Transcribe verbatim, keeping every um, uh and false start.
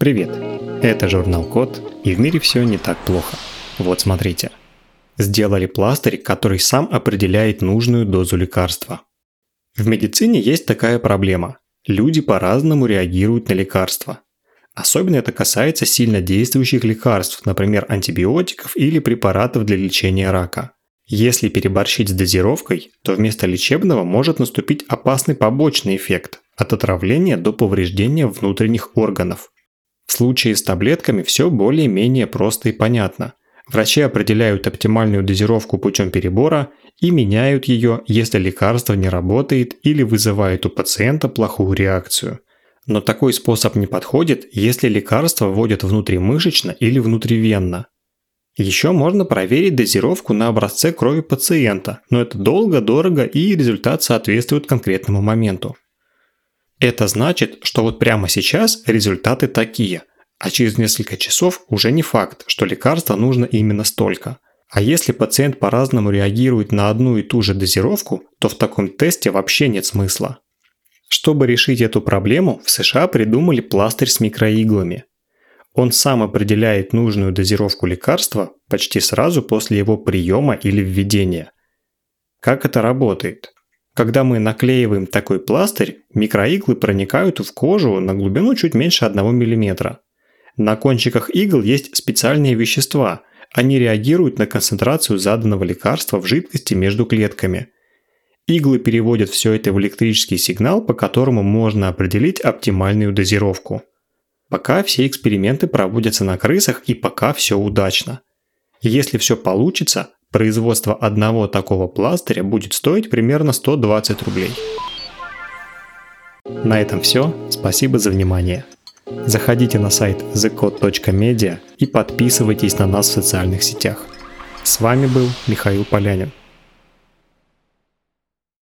Привет! Это журнал Код, и в мире все не так плохо. Вот смотрите. Сделали пластырь, который сам определяет нужную дозу лекарства. В медицине есть такая проблема. Люди по-разному реагируют на лекарства. Особенно это касается сильно действующих лекарств, например, антибиотиков или препаратов для лечения рака. Если переборщить с дозировкой, то вместо лечебного может наступить опасный побочный эффект – от отравления до повреждения внутренних органов. В случае с таблетками все более-менее просто и понятно. Врачи определяют оптимальную дозировку путем перебора и меняют ее, если лекарство не работает или вызывает у пациента плохую реакцию. Но такой способ не подходит, если лекарство вводят внутримышечно или внутривенно. Еще можно проверить дозировку на образце крови пациента, но это долго, дорого и результат соответствует конкретному моменту. Это значит, что вот прямо сейчас результаты такие, а через несколько часов уже не факт, что лекарство нужно именно столько. А если пациент по-разному реагирует на одну и ту же дозировку, то в таком тесте вообще нет смысла. Чтобы решить эту проблему, в США придумали пластырь с микроиглами. Он сам определяет нужную дозировку лекарства почти сразу после его приема или введения. Как это работает? Когда мы наклеиваем такой пластырь, микроиглы проникают в кожу на глубину чуть меньше одного миллиметра. На кончиках игл есть специальные вещества. Они реагируют на концентрацию заданного лекарства в жидкости между клетками. Иглы переводят все это в электрический сигнал, по которому можно определить оптимальную дозировку. Пока все эксперименты проводятся на крысах и пока все удачно. Если все получится, производство одного такого пластыря будет стоить примерно сто двадцать рублей. На этом все. Спасибо за внимание. Заходите на сайт the code точка media и подписывайтесь на нас в социальных сетях. С вами был Михаил Полянин.